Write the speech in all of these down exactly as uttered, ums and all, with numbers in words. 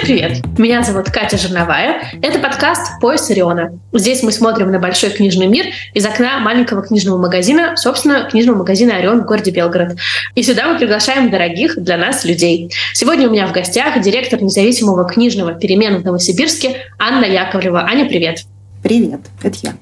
привет! Меня зовут Катя Жирновая. Это подкаст «Пояс Ориона». Здесь мы смотрим на большой книжный мир из окна маленького книжного магазина, собственно, книжного магазина «Орион» в городе Белгород. И сюда мы приглашаем дорогих для нас людей. Сегодня у меня в гостях директор независимого книжного «Перемен» в Новосибирске Анна Яковлева. Аня, привет! Привет, это я.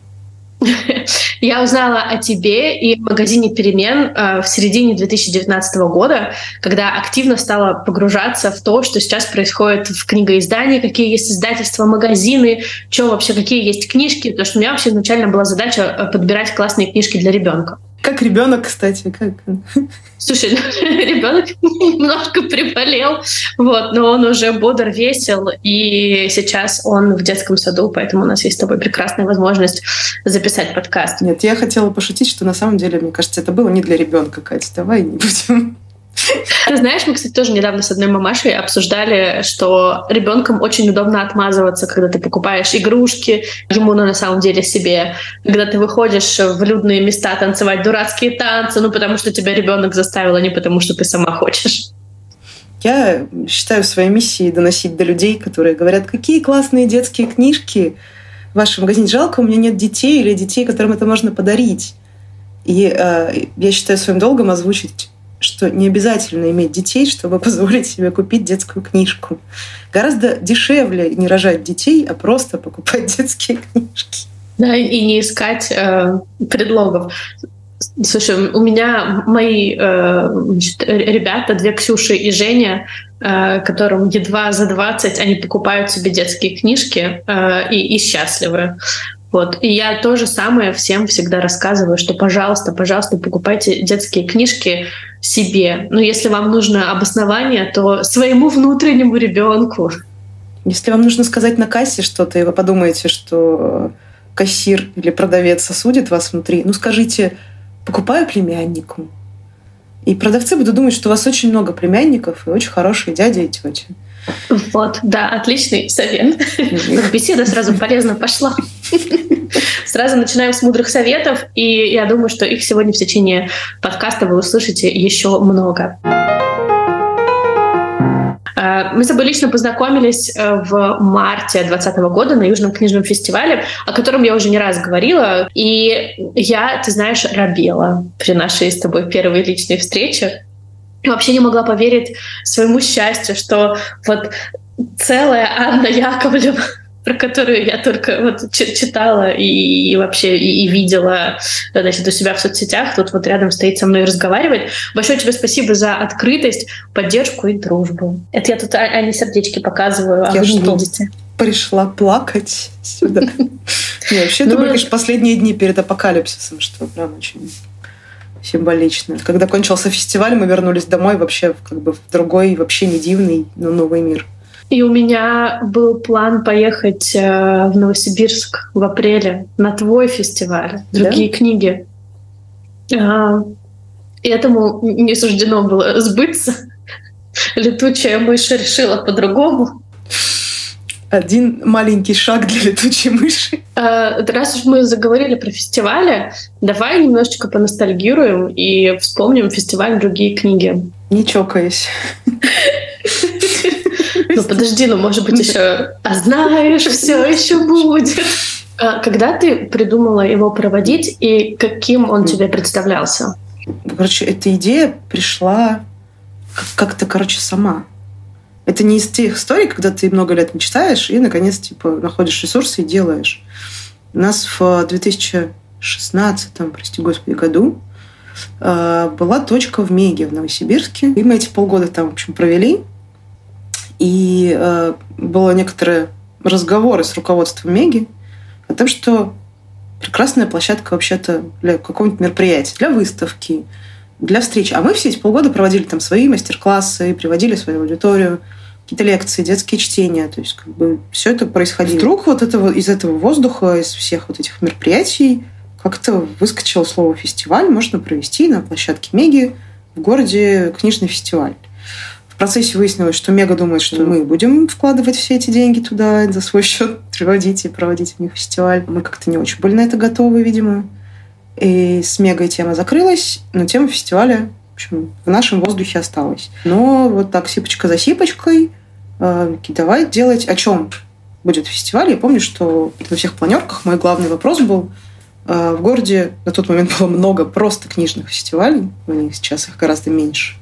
Я узнала о тебе и магазине «Перемен» в середине две тысячи девятнадцатого года, когда активно стала погружаться в то, что сейчас происходит в книгоиздании, какие есть издательства, магазины, что вообще, какие есть книжки, потому что у меня вообще изначально была задача подбирать классные книжки для ребенка. Как ребенок, кстати, как. Слушай, ребенок немножко приболел, вот, но он уже бодр, весел, и сейчас он в детском саду, поэтому у нас есть с тобой прекрасная возможность записать подкаст. Нет, я хотела пошутить, что на самом деле, мне кажется, это было не для ребенка, Катя. Давай не будем. Ты знаешь, мы, кстати, тоже недавно с одной мамашей обсуждали, что ребенком очень удобно отмазываться, когда ты покупаешь игрушки ему, но на самом деле себе. Когда ты выходишь в людные места танцевать дурацкие танцы, ну потому что тебя ребенок заставил, а не потому что ты сама хочешь. Я считаю своей миссией доносить до людей, которые говорят, какие классные детские книжки в вашем магазине. Жалко, у меня нет детей или детей, которым это можно подарить. И э, я считаю своим долгом озвучить, что не обязательно иметь детей, чтобы позволить себе купить детскую книжку. Гораздо дешевле не рожать детей, а просто покупать детские книжки. Да, и не искать э, предлогов. Слушай, у меня мои э, значит, ребята, две Ксюши и Женя, э, которым едва за двадцать, они покупают себе детские книжки э, и, и счастливы. Вот. И я то же самое всем всегда рассказываю, что, пожалуйста, пожалуйста, покупайте детские книжки себе. Но если вам нужно обоснование, то своему внутреннему ребенку. Если вам нужно сказать на кассе что-то, и вы подумаете, что кассир или продавец осудит вас внутри, ну скажите, покупаю племяннику. И продавцы будут думать, что у вас очень много племянников и очень хорошие дяди и тети. Вот, да, отличный совет. Беседа сразу полезно пошла. Сразу начинаем с мудрых советов, и я думаю, что их сегодня в течение подкаста вы услышите еще много. Мы с тобой лично познакомились в марте двадцатого года на Южном книжном фестивале, о котором я уже не раз говорила, и я, ты знаешь, робела при нашей с тобой первой личной встрече. Вообще не могла поверить своему счастью, что вот целая Анна Яковлева, про которую я только вот читала и, и вообще и, и видела, значит, у себя в соцсетях, тут вот рядом стоит со мной и разговаривает. Большое тебе спасибо за открытость, поддержку и дружбу. Это я тут Ане сердечки показываю, а я вы не что, видите. Пришла плакать сюда? Вообще, это были, конечно, последние дни перед апокалипсисом, что прям очень символично. Когда кончился фестиваль, мы вернулись домой вообще как бы в другой, вообще не дивный, но новый мир. И у меня был план поехать э, в Новосибирск в апреле на твой фестиваль, другие да? книги. А, и этому не суждено было сбыться. Летучая мышь решила по-другому. Один маленький шаг для летучей мыши. А, раз уж мы заговорили про фестивали, давай немножечко поностальгируем и вспомним фестиваль «Другие книги». Не чокаясь. Ну подожди, ну может быть еще, а знаешь, все еще будет. Когда ты придумала его проводить и каким он тебе представлялся? Короче, эта идея пришла как-то, короче, сама. Это не из тех историй, когда ты много лет мечтаешь и, наконец, типа, находишь ресурсы и делаешь. У нас в две тысячи шестнадцатом, прости господи, году была точка в Меге в Новосибирске. И мы эти полгода там, в общем, провели. И э, было некоторые разговоры с руководством Меги о том, что прекрасная площадка вообще-то для какого-нибудь мероприятия, для выставки, для встреч. А мы все эти полгода проводили там свои мастер-классы, приводили свою аудиторию, какие-то лекции, детские чтения. То есть как бы все это происходило. Вдруг вот этого, из этого воздуха, из всех вот этих мероприятий как-то выскочило слово «фестиваль». Можно провести на площадке Меги в городе книжный фестиваль. В процессе выяснилось, что Мега думает, что mm. мы будем вкладывать все эти деньги туда, за свой счет приводить и проводить у них фестиваль. Мы как-то не очень были на это готовы, видимо. И с Мегой тема закрылась, но тема фестиваля, в общем, в нашем воздухе осталась. Но вот так сипочка за сипочкой Давай делать о чем будет фестиваль. Я помню, что на всех планерках мой главный вопрос был: в городе на тот момент было много просто книжных фестивалей, сейчас их гораздо меньше.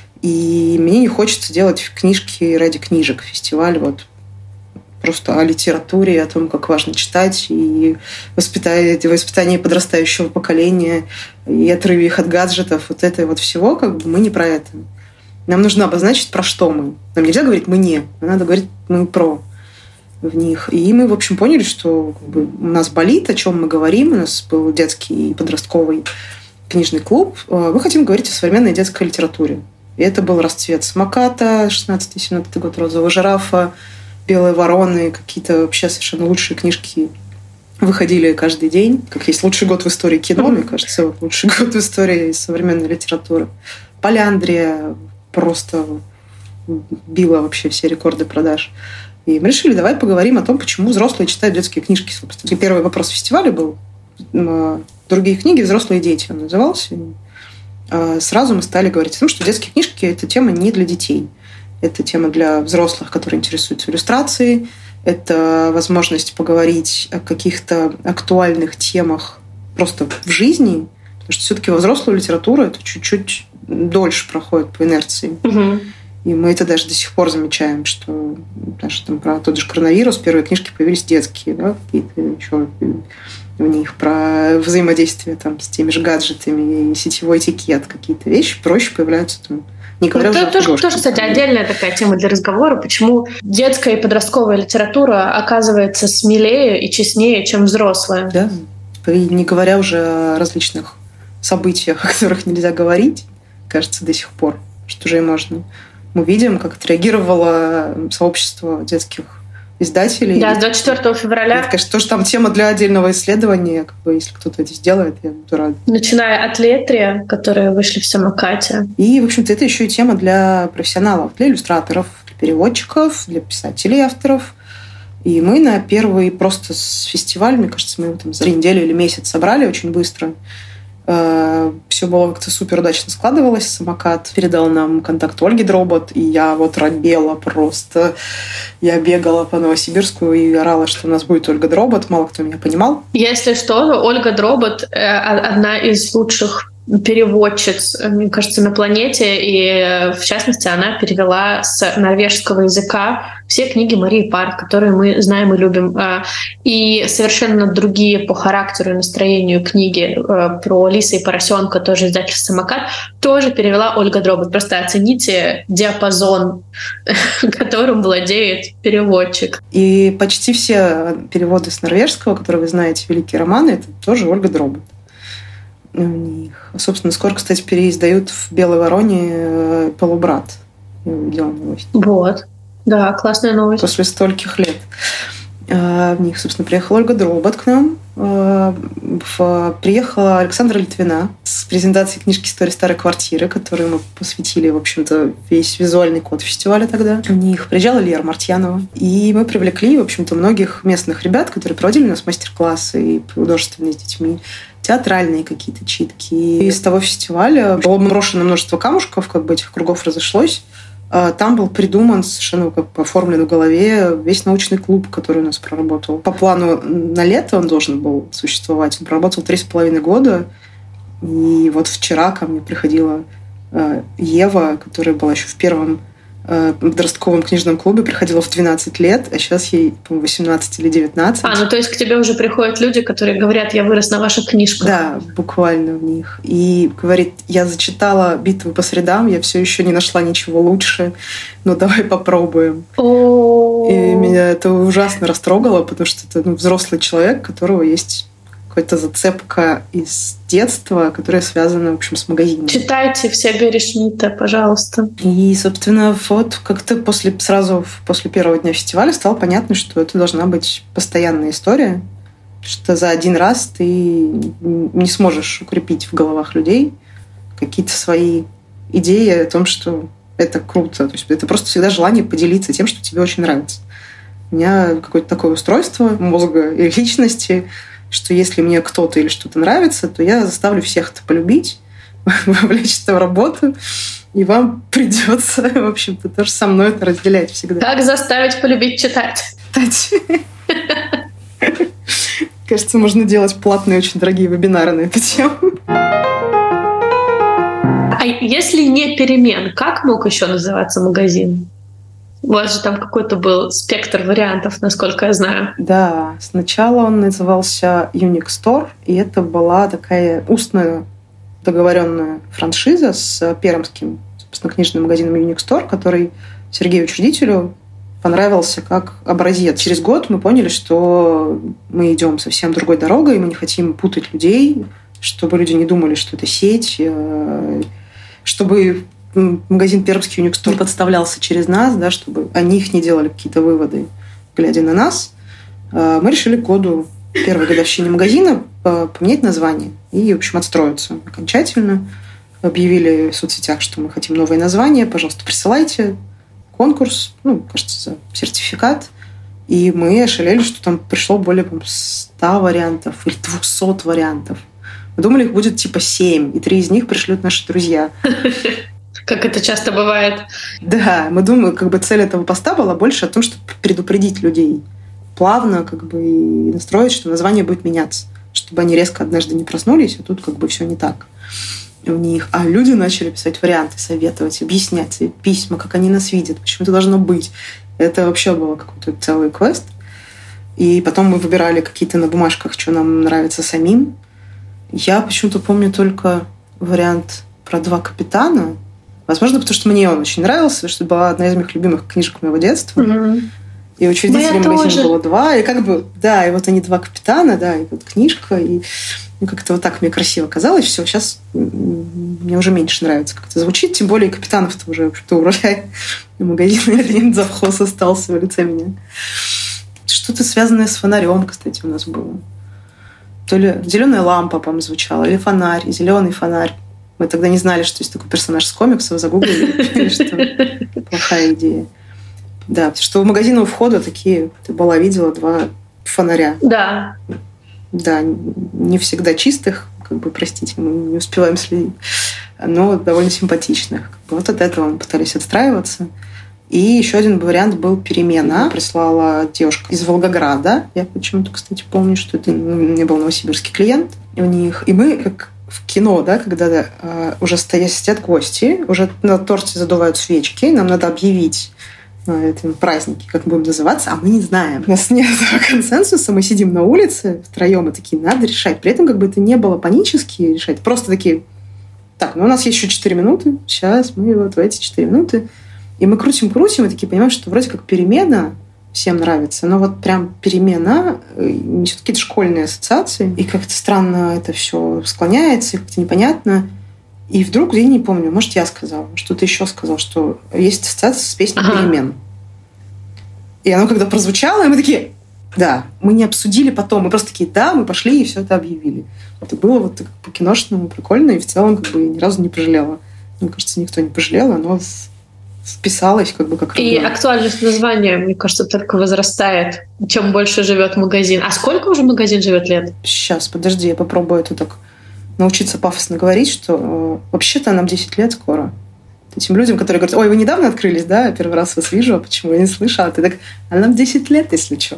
И мне не хочется делать книжки ради книжек. Фестиваль вот просто о литературе, о том, как важно читать, и воспитание, воспитание подрастающего поколения, и отрыве их от гаджетов, вот это вот всего, как бы мы не про это. Нам нужно обозначить, про что мы. Нам нельзя говорить «мы не», надо говорить «мы про» в них. И мы, в общем, поняли, что как бы, у нас болит, о чем мы говорим. У нас был детский и подростковый книжный клуб. Мы хотим говорить о современной детской литературе. И это был расцвет «Самоката», шестнадцатый-семнадцатый год, «Розового жирафа», «Белые вороны», какие-то вообще совершенно лучшие книжки выходили каждый день. Как есть лучший год в истории кино, mm-hmm. мне кажется, вот лучший год в истории современной литературы. «Поляндрия» просто била вообще все рекорды продаж. И мы решили, давай поговорим о том, почему взрослые читают детские книжки, собственно. И первый вопрос фестиваля был «Другие книги. Взрослые дети» он назывался. И сразу мы стали говорить о том, что детские книжки – это тема не для детей. Это тема для взрослых, которые интересуются иллюстрацией. Это возможность поговорить о каких-то актуальных темах просто в жизни. Потому что все-таки во взрослую литературу это чуть-чуть дольше проходит по инерции. Угу. И мы это даже до сих пор замечаем, что даже там про тот же коронавирус первые книжки появились детские, да, какие-то еще в них про взаимодействие там с теми же гаджетами и сетевой этикет, какие-то вещи проще появляются там. Не говоря ну, уже тоже, тоже, кстати, отдельная такая тема для разговора, почему детская и подростковая литература оказывается смелее и честнее, чем взрослая. Да, и не говоря уже о различных событиях, о которых нельзя говорить, кажется, до сих пор, что уже и можно. Мы видим, как отреагировало сообщество детских издателей. Да, с двадцать четвёртого февраля. Это, конечно, тоже там тема для отдельного исследования. Как бы, если кто-то это сделает, я буду рада. Начиная от «Летрия», которые вышли в «Самокате». И, в общем-то, это еще и тема для профессионалов, для иллюстраторов, для переводчиков, для писателей, авторов. И мы на первый просто с фестиваль, мне кажется, мы его там за три недели или месяц собрали очень быстро. Все было как-то супер удачно складывалось. «Самокат» передал нам контакт Ольги Дробот, и я вот робела просто. Я бегала по Новосибирску и орала, что у нас будет Ольга Дробот. Мало кто меня понимал. Если что, Ольга Дробот — одна из лучших переводчиц, мне кажется, на планете, и в частности она перевела с норвежского языка все книги Марии Парк, которые мы знаем и любим, и совершенно другие по характеру и настроению книги про лиса и поросенка, тоже издательство «Самокат», тоже перевела Ольга Дробот. Просто оцените диапазон, которым владеет переводчик. И почти все переводы с норвежского, которые вы знаете, великие романы, это тоже Ольга Дробот. У них. Собственно, скоро, кстати, переиздают в «Белой вороне» «Полубрат». Я увидела новость. Вот. Да, классная новость. После стольких лет. В них, собственно, приехала Ольга Дробот к нам. Приехала Александра Литвина с презентацией книжки «История старой квартиры», которой мы посвятили, в общем-то, весь визуальный код фестиваля тогда. У них приезжала Лера Мартьянова. И мы привлекли, в общем-то, многих местных ребят, которые проводили у нас мастер-классы и художественные с детьми, театральные какие-то читки. И из того фестиваля было брошено множество камушков, как бы этих кругов разошлось. Там был придуман, совершенно как бы оформлен в голове весь научный клуб, который у нас проработал. По плану на лето он должен был существовать. Он проработал три с половиной года. И вот вчера ко мне приходила Ева, которая была еще в первом подростковом книжном клубе, приходила в двенадцать лет, а сейчас ей, по-моему, восемнадцать или девятнадцать. А, ну то есть к тебе уже приходят люди, которые говорят: я вырос на ваших книжках. Да, буквально в них. И говорит: я зачитала «Битву по средам», я все еще не нашла ничего лучше, ну давай попробуем. О-о-о. И меня это ужасно растрогало, потому что это ну, взрослый человек, у которого есть какая-то зацепка из детства, которая связана, в общем, с магазином. Читайте все Гэри Шмидта, пожалуйста. И, собственно, вот как-то после, сразу после первого дня фестиваля стало понятно, что это должна быть постоянная история, что за один раз ты не сможешь укрепить в головах людей какие-то свои идеи о том, что это круто. То есть это просто всегда желание поделиться тем, что тебе очень нравится. У меня какое-то такое устройство мозга и личности, что если мне кто-то или что-то нравится, то я заставлю всех это полюбить, вовлечь это в работу И вам придется, в общем-то, тоже со мной это разделять всегда. Как заставить полюбить читать? Кажется, можно делать платные, очень дорогие вебинары на эту тему. А если не перемен, как мог еще называться магазин? У вас же там какой-то был спектр вариантов, насколько я знаю. Да, сначала он назывался Unique Store, и это была такая устная договоренная франшиза с пермским, собственно, книжным магазином Unique Store, который Сергею Учредителю понравился как образец. Через год мы поняли, что мы идем совсем другой дорогой, мы не хотим путать людей, чтобы люди не думали, что это сеть, чтобы магазин Пермский Unique Store подставлялся через нас, да, чтобы о них не делали какие-то выводы, глядя на нас. Мы решили к году первой годовщины магазина поменять название и, в общем, отстроиться окончательно. Объявили в соцсетях, что мы хотим новое название. Пожалуйста, присылайте. Конкурс, ну, кажется, за сертификат. И мы ошалели, что там пришло более, по-моему, ста вариантов или двухсот вариантов. Мы думали, их будет типа семь, и три из них пришлют наши друзья. Как это часто бывает. Да, мы думаем, как бы цель этого поста была больше о том, чтобы предупредить людей. Плавно как бы и настроить, что название будет меняться. Чтобы они резко однажды не проснулись, а тут как бы все не так у них. А люди начали писать варианты, советовать, объяснять письма, как они нас видят, почему это должно быть. Это вообще был какой-то целый квест. И потом мы выбирали какие-то на бумажках, что нам нравится самим. Я почему-то помню только вариант про два капитана. Возможно, потому что мне он очень нравился, потому что это была одна из моих любимых книжек моего детства. Mm-hmm. И учредителей магазина было два. И как бы, да, и вот они два капитана, да, и вот книжка. И ну, как-то вот так мне красиво казалось. Все, сейчас мне уже меньше нравится, как это звучит. Тем более капитанов-то уже, в общем-то, урожай. И магазин один завхоз остался в лице меня. Что-то связанное с фонарем, кстати, у нас было. То ли зеленая лампа, по-моему, звучала, или фонарь, зеленый фонарь. Мы тогда не знали, что есть такой персонаж с комиксов, загуглили, что плохая идея. Да, потому что у магазина у входа такие, ты была видела, два фонаря. Да. Да, не всегда чистых, как бы, простите, мы не успеваем следить, но довольно симпатичных. Вот от этого мы пытались отстраиваться. И еще один вариант был перемена. Прислала девушка из Волгограда. Я почему-то, кстати, помню, что это ну, у меня был новосибирский клиент у них. И мы, как в кино, да, когда э, уже стоят, сидят гости, уже на торте задувают свечки, нам надо объявить на этом празднике, как будем называться, а мы не знаем. У нас нет этого консенсуса, мы сидим на улице втроем и такие, надо решать. При этом как бы это не было панически решать, просто такие, так, ну у нас есть еще четыре минуты, сейчас мы вот в эти четыре минуты. И мы крутим-крутим и такие понимаем, что вроде как перемена всем нравится, но вот прям перемена несет какие-то школьные ассоциации, и как-то странно это все склоняется, и как-то непонятно. И вдруг, я не помню, может, я сказала, что-то еще сказал, что есть ассоциация с песней ага. «Перемен». И оно когда прозвучало, и мы такие, да, мы не обсудили потом, мы просто такие, да, мы пошли и все это объявили. Это было вот так по-киношному прикольно, и в целом как бы ни разу не пожалела. Мне кажется, никто не пожалел, оно вписалось как бы как И родное. Актуальность названия, мне кажется, только возрастает, чем больше живет магазин. А сколько уже магазин живет лет? Сейчас, подожди, я попробую это так научиться пафосно говорить, что э, вообще-то нам десять лет скоро. Этим людям, которые говорят, ой, вы недавно открылись, да? Я первый раз вас вижу, а почему я не слышала? А ты так, а нам десять лет, если что.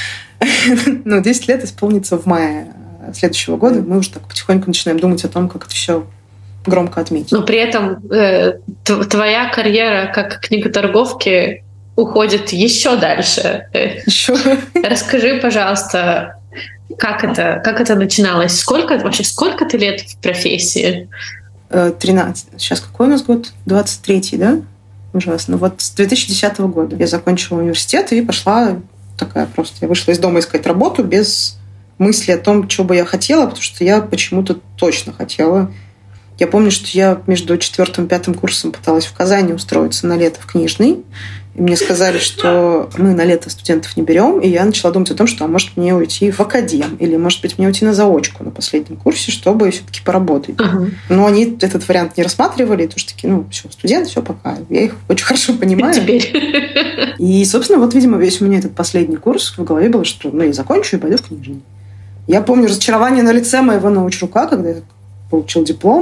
Ну, десять лет исполнится в мае следующего года. Мы уже так потихоньку начинаем думать о том, как это все громко отметить. Но при этом э, твоя карьера как книготорговки уходит еще дальше. Еще? Расскажи, пожалуйста, как это, как это начиналось? Сколько вообще, сколько ты лет в профессии? тринадцать. Сейчас какой у нас год? двадцать третий, да? Ужасно. Вот с две тысячи десятого года я закончила университет и пошла такая просто. Я вышла из дома искать работу без мысли о том, что бы я хотела, потому что я почему-то точно хотела. Я помню, что я между четвертым и пятым курсом пыталась в Казани устроиться на лето в книжный. И мне сказали, что мы на лето студентов не берем. И я начала думать о том, что а может мне уйти в академ. Или, может быть, мне уйти на заочку на последнем курсе, чтобы все-таки поработать. Uh-huh. Но они этот вариант не рассматривали. И тоже такие, ну, все, студент, все, пока. Я их очень хорошо понимаю. Теперь. И, собственно, вот, видимо, весь у меня этот последний курс в голове был, что ну, я закончу и пойду в книжный. Я помню разочарование на лице моего научрука, когда я получил диплом.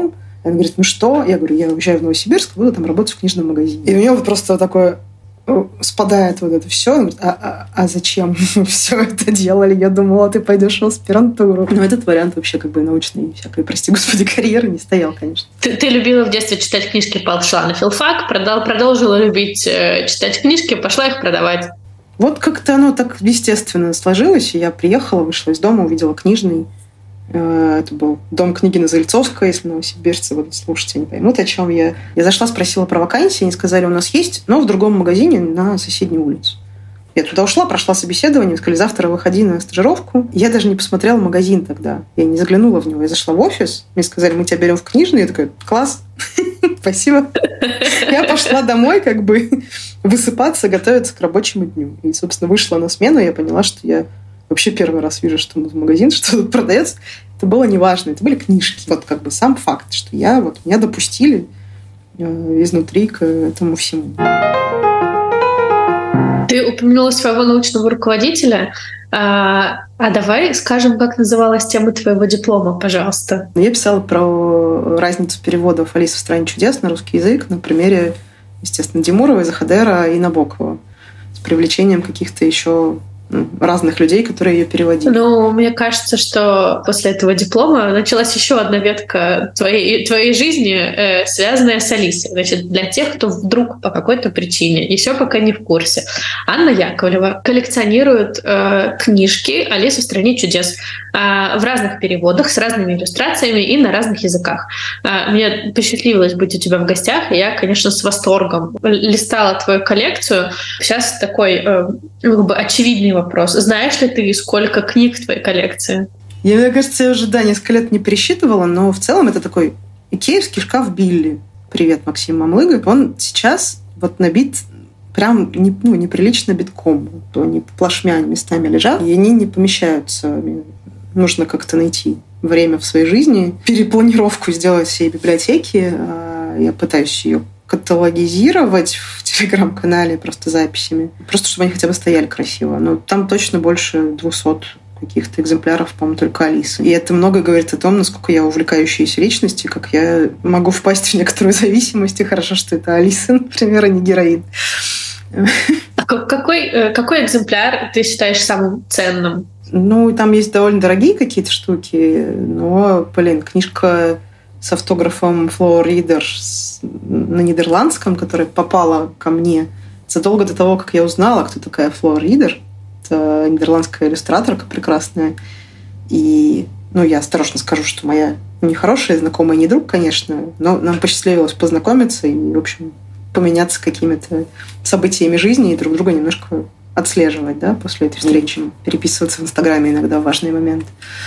Она говорит, ну что? Я говорю, я уезжаю в Новосибирск, буду там работать в книжном магазине. И у нее вот просто такое спадает вот это все. Говорит, а, а, а зачем мы все это делали? Я думала, ты пойдешь в аспирантуру. Но этот вариант вообще как бы научный всякой, прости господи, карьеры не стоял, конечно. Ты, ты любила в детстве читать книжки, пошла на филфак, продал, продолжила любить э, читать книжки, пошла их продавать. Вот как-то оно так естественно сложилось. И я приехала, вышла из дома, увидела книжный. Это был дом книги на Зальцовской, если новосибирцы будут слушать, они поймут, о чем я. Я зашла, спросила про вакансии, они сказали, у нас есть, но в другом магазине на соседней улице. Я туда ушла, прошла собеседование, сказали, завтра выходи на стажировку. Я даже не посмотрела магазин тогда. Я не заглянула в него. Я зашла в офис, мне сказали, мы тебя берем в книжный. Я такая, класс, спасибо. Я пошла домой как бы высыпаться, готовиться к рабочему дню. И, собственно, вышла на смену, и я поняла, что я вообще первый раз вижу, что в магазин что тут продается. Это было неважно. Это были книжки. Вот как бы сам факт, что я, вот, меня допустили э, изнутри к этому всему. Ты упомянула своего научного руководителя. А, а давай скажем, как называлась тема твоего диплома, пожалуйста. Я писала про разницу переводов «Алисы в стране чудес» на русский язык на примере, естественно, Димуровой, Заходера и Набокова с привлечением каких-то еще разных людей, которые ее переводили. Ну, мне кажется, что после этого диплома началась еще одна ветка твоей, твоей жизни, э, связанная с Алисой. Значит, для тех, кто вдруг по какой-то причине еще пока не в курсе. Анна Яковлева коллекционирует э, книжки «Алиса в стране чудес» э, в разных переводах, с разными иллюстрациями и на разных языках. Э, мне посчастливилось быть у тебя в гостях, и я, конечно, с восторгом листала твою коллекцию. Сейчас такой э, как бы очевидный вопрос. Вопрос. Знаешь ли ты, сколько книг в твоей коллекции? Я, мне кажется, я уже, да, несколько лет не пересчитывала, но в целом это такой икеевский шкаф Билли. Привет, Максим Мамлыга. Он сейчас вот набит прям не, ну, неприлично битком. Они плашмя местами лежат, и они не помещаются. Мне нужно как-то найти время в своей жизни, перепланировку сделать всей библиотеки. Я пытаюсь ее каталогизировать в телеграм-канале просто записями. Просто чтобы они хотя бы стояли красиво. Но там точно больше двухсот каких-то экземпляров, по-моему, только Алисы. И это много говорит о том, насколько я увлекающаяся личность, и как я могу впасть в некоторую зависимость. И хорошо, что это Алиса, например, а не героин. А какой, какой экземпляр ты считаешь самым ценным? Ну, там есть довольно дорогие какие-то штуки, но, блин, книжка с автографом Flow Reader на нидерландском, которая попала ко мне задолго до того, как я узнала, кто такая Flow Reader. Это нидерландская иллюстраторка прекрасная. И, ну, я осторожно скажу, что моя не хорошая знакомая, не друг, конечно, но нам посчастливилось познакомиться и, в общем, поменяться какими-то событиями жизни и друг друга немножко отслеживать, да, после этой встречи. Переписываться в Инстаграме иногда в важный момент.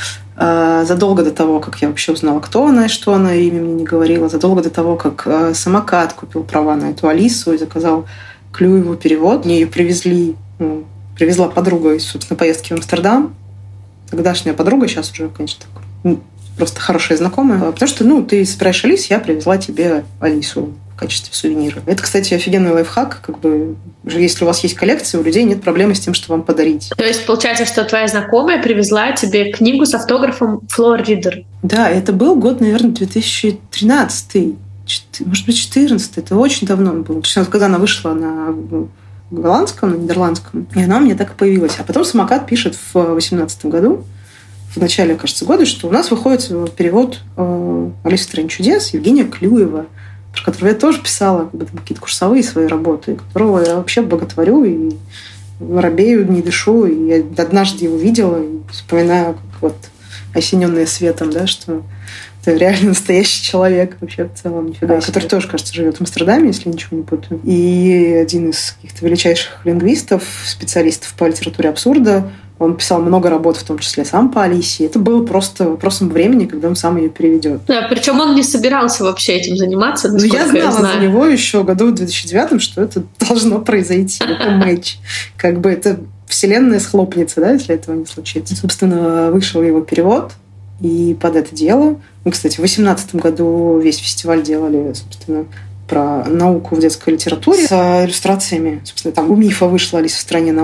Задолго до того, как я вообще узнала, кто она и что она, имя мне не говорила, задолго до того, как самокат купил права на эту Алису и заказал Клюеву перевод. Мне ее привезли, ну, привезла подруга из, собственно, поездки в Амстердам. Тогдашняя подруга, сейчас уже, конечно, так, просто хорошая знакомая. Потому что, ну, ты собираешь Алису, я привезла тебе Алису в качестве сувенира. Это, кстати, офигенный лайфхак. Как бы, если у вас есть коллекция, у людей нет проблемы с тем, что вам подарить. То есть получается, что твоя знакомая привезла тебе книгу с автографом Flow Reader? Да, это был год, наверное, две тысячи тринадцатый, может быть, четырнадцатый. Это очень давно было. Когда она вышла на голландском, на нидерландском. И она у меня так и появилась. А потом самокат пишет в восемнадцатом году, в начале, кажется, года, что у нас выходит перевод «Алисы в стране чудес» Евгения Клюева, про которого я тоже писала какие-то курсовые свои работы, которого я вообще боготворю и робею, не дышу. И я однажды его видела и вспоминаю, как вот осененная светом, да, что это реально настоящий человек вообще в целом, нифига себе. Который тоже, кажется, живет в Амстердаме, если ничего не путаю. И один из каких-то величайших лингвистов, специалистов по литературе абсурда, он писал много работ, в том числе сам по Алисе. Это было просто вопросом времени, когда он сам ее переведет. Да, причем он не собирался вообще этим заниматься, насколько я знала я знаю. за него еще году в две тысячи девятом, что это должно произойти. Это матч. Как бы это вселенная схлопнется, да, если этого не случится. Собственно, вышел его перевод, и под это дело... Мы, кстати, в две тысячи восемнадцатом году весь фестиваль делали, собственно, про науку в детской литературе с иллюстрациями. Собственно, там у Мифа вышла «Алиса в стране наук»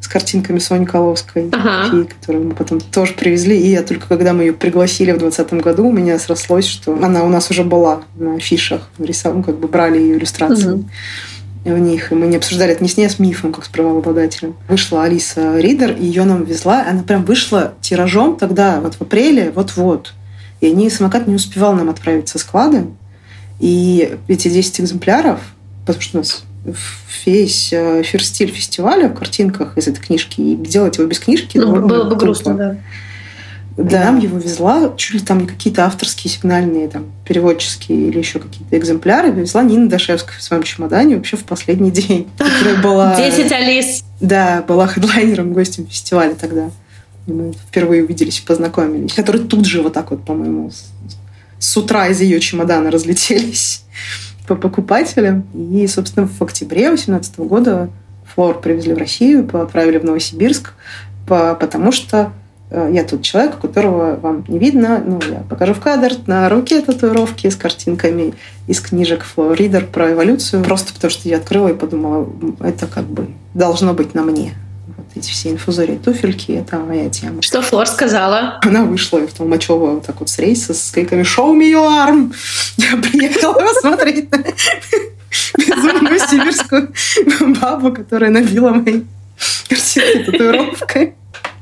с картинками Сони Коловской, ага. которую мы потом тоже привезли. И я только когда мы ее пригласили в двадцатом году, у меня срослось, что она у нас уже была на афишах. Рисовали, как бы брали ее иллюстрации угу. в них. И мы не обсуждали это не с ней, а с Мифом, как с правообладателем. Вышла Алиса Ридер, и ее нам везла. Она прям вышла тиражом тогда, вот в апреле, вот-вот. И они, самокат не успевал нам отправить со склада. И эти десять экземпляров, потому что у нас весь фирстиль фестиваля в картинках из этой книжки, и делать его без книжки... Ну, было бы грустно, да. Да, нам его везла, чуть ли там не какие-то авторские, сигнальные, там, переводческие или еще какие-то экземпляры, везла Нина Дашевская в своем чемодане вообще в последний день. Которая была... Десять Алис! Да, была хедлайнером, гостем фестиваля тогда. И мы впервые увиделись и познакомились. Которые тут же вот так вот, по-моему, с, с утра из ее чемодана разлетелись по покупателям. И, собственно, в октябре две тысячи восемнадцатого года Флор привезли в Россию, отправили в Новосибирск, потому что я тот человек, которого вам не видно. Ну, я покажу в кадр. На руке татуировки с картинками из книжек Флор Ридер про эволюцию. Просто потому что я открыла и подумала, это как бы должно быть на мне. Вот эти все инфузории, туфельки, это моя тема. Что Флор сказала? Она вышла в Толмачево вот так вот с рейса с криками «Show me your arm!» Я приехала посмотреть на безумную сибирскую бабу, которая набила мои картинки татуировкой.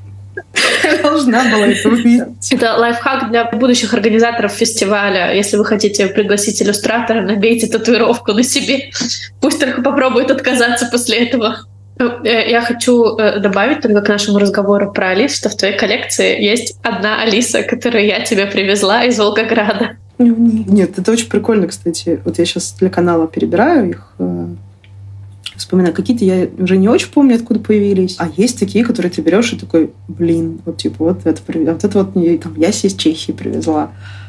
Я должна была это увидеть. Это лайфхак для будущих организаторов фестиваля. Если вы хотите пригласить иллюстратора, набейте татуировку на себе. Пусть только попробует отказаться после этого. Я хочу добавить только к нашему разговору про Алис, что в твоей коллекции есть одна Алиса, которую я тебе привезла из Волгограда. Нет, это очень прикольно, кстати. Вот я сейчас для канала перебираю их, вспоминаю. Какие-то я уже не очень помню, откуда появились. А есть такие, которые ты берешь и такой, блин, вот типа вот это, вот это вот там, Яся из Чехии привезла.